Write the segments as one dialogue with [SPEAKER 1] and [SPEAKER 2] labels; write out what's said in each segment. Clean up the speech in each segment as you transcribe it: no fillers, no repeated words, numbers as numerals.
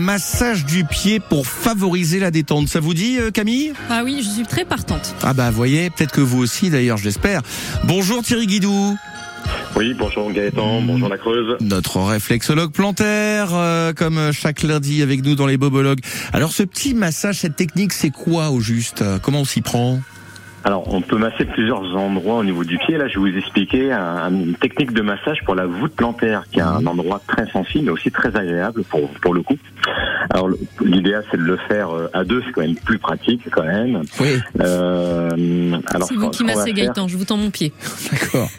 [SPEAKER 1] massage du pied pour favoriser la détente. Ça vous dit, Camille ?
[SPEAKER 2] Ah oui, je suis très partante.
[SPEAKER 1] Ah bah, voyez, peut-être que vous aussi, d'ailleurs, je l'espère. Bonjour Thierry Guidou.
[SPEAKER 3] Oui, bonjour Gaëtan, bonjour la Creuse.
[SPEAKER 1] Notre réflexologue plantaire, comme chaque lundi avec nous dans les Bobologues. Alors, ce petit massage, cette technique, c'est quoi au juste ? Comment on s'y prend ?
[SPEAKER 3] Alors, on peut masser plusieurs endroits au niveau du pied. Là, je vais vous expliquer une technique de massage pour la voûte plantaire, qui est un endroit très sensible, mais aussi très agréable pour le coup. Alors, l'idéal, c'est de le faire à deux, c'est quand même plus pratique, quand même.
[SPEAKER 1] Oui.
[SPEAKER 3] Alors,
[SPEAKER 2] c'est vous qui massez Gaëtan, je vous tends mon pied.
[SPEAKER 1] D'accord.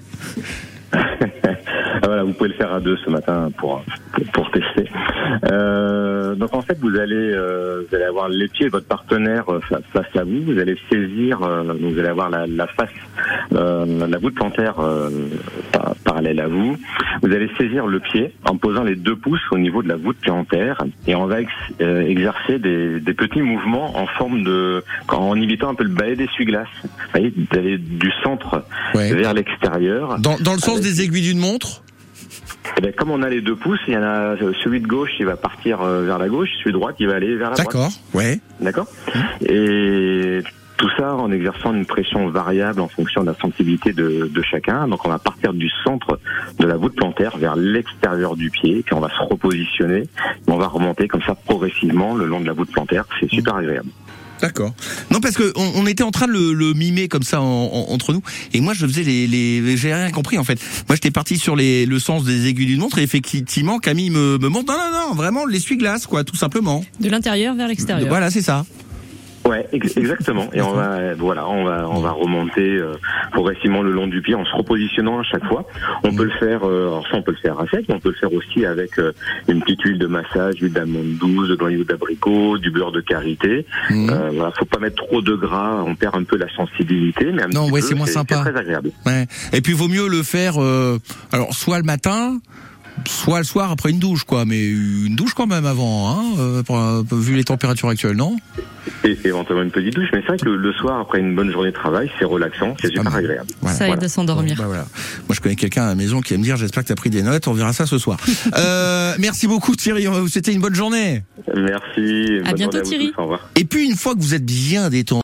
[SPEAKER 3] Voilà, vous pouvez le faire à deux ce matin pour tester. Donc en fait, vous allez avoir les pieds de votre partenaire face à vous. Vous allez saisir, vous allez avoir la face, la voûte plantaire parallèle à vous. Vous allez saisir le pied en posant les 2 pouces au niveau de la voûte plantaire et on va exercer des petits mouvements en forme en imitant un peu le balai d'essuie-glace. Vous voyez, d'aller du centre vers l'extérieur.
[SPEAKER 1] Dans le sens des aiguilles d'une montre ?
[SPEAKER 3] Eh bien, comme on a les 2 pouces, il y en a celui de gauche, il va partir vers la gauche, celui de droite, il va aller vers la droite.
[SPEAKER 1] D'accord, ouais.
[SPEAKER 3] D'accord. Et tout ça en exerçant une pression variable en fonction de la sensibilité de chacun. Donc on va partir du centre de la voûte plantaire vers l'extérieur du pied, puis on va se repositionner, et on va remonter comme ça progressivement le long de la voûte plantaire. C'est super agréable.
[SPEAKER 1] D'accord. Non, parce que on était en train de le mimer comme ça entre nous, et moi je faisais j'ai rien compris en fait. Moi j'étais parti sur le sens des aiguilles d'une montre, et effectivement Camille me montre non, vraiment l'essuie-glace quoi, tout simplement.
[SPEAKER 2] De l'intérieur vers l'extérieur.
[SPEAKER 1] Voilà, c'est ça.
[SPEAKER 3] Ouais, exactement. Et on va remonter progressivement le long du pied en se repositionnant à chaque fois. On peut le faire, alors ça on peut le faire à sec, mais on peut le faire aussi avec une petite huile de massage, huile d'amande douce, de noyau d'abricot, du beurre de karité. Voilà, faut pas mettre trop de gras, on perd un peu la sensibilité, mais
[SPEAKER 1] c'est moins sympa.
[SPEAKER 3] C'est très agréable.
[SPEAKER 1] Ouais. Et puis vaut mieux le faire, alors soit le matin, soit le soir après une douche, quoi. Mais une douche quand même avant, vu les températures actuelles, non ?
[SPEAKER 3] Et éventuellement une petite douche, mais c'est vrai que le soir, après une bonne journée de travail, c'est relaxant, c'est super agréable.
[SPEAKER 2] Voilà. Ça aide à s'endormir.
[SPEAKER 1] Bon, voilà. Moi, je connais quelqu'un à la maison qui va me dire, j'espère que tu as pris des notes, on verra ça ce soir. Merci beaucoup Thierry, c'était une bonne journée.
[SPEAKER 3] Merci.
[SPEAKER 2] À bientôt
[SPEAKER 3] journée à vous
[SPEAKER 2] Thierry.
[SPEAKER 3] tous, au revoir.
[SPEAKER 1] Et puis une fois que vous êtes bien détendu,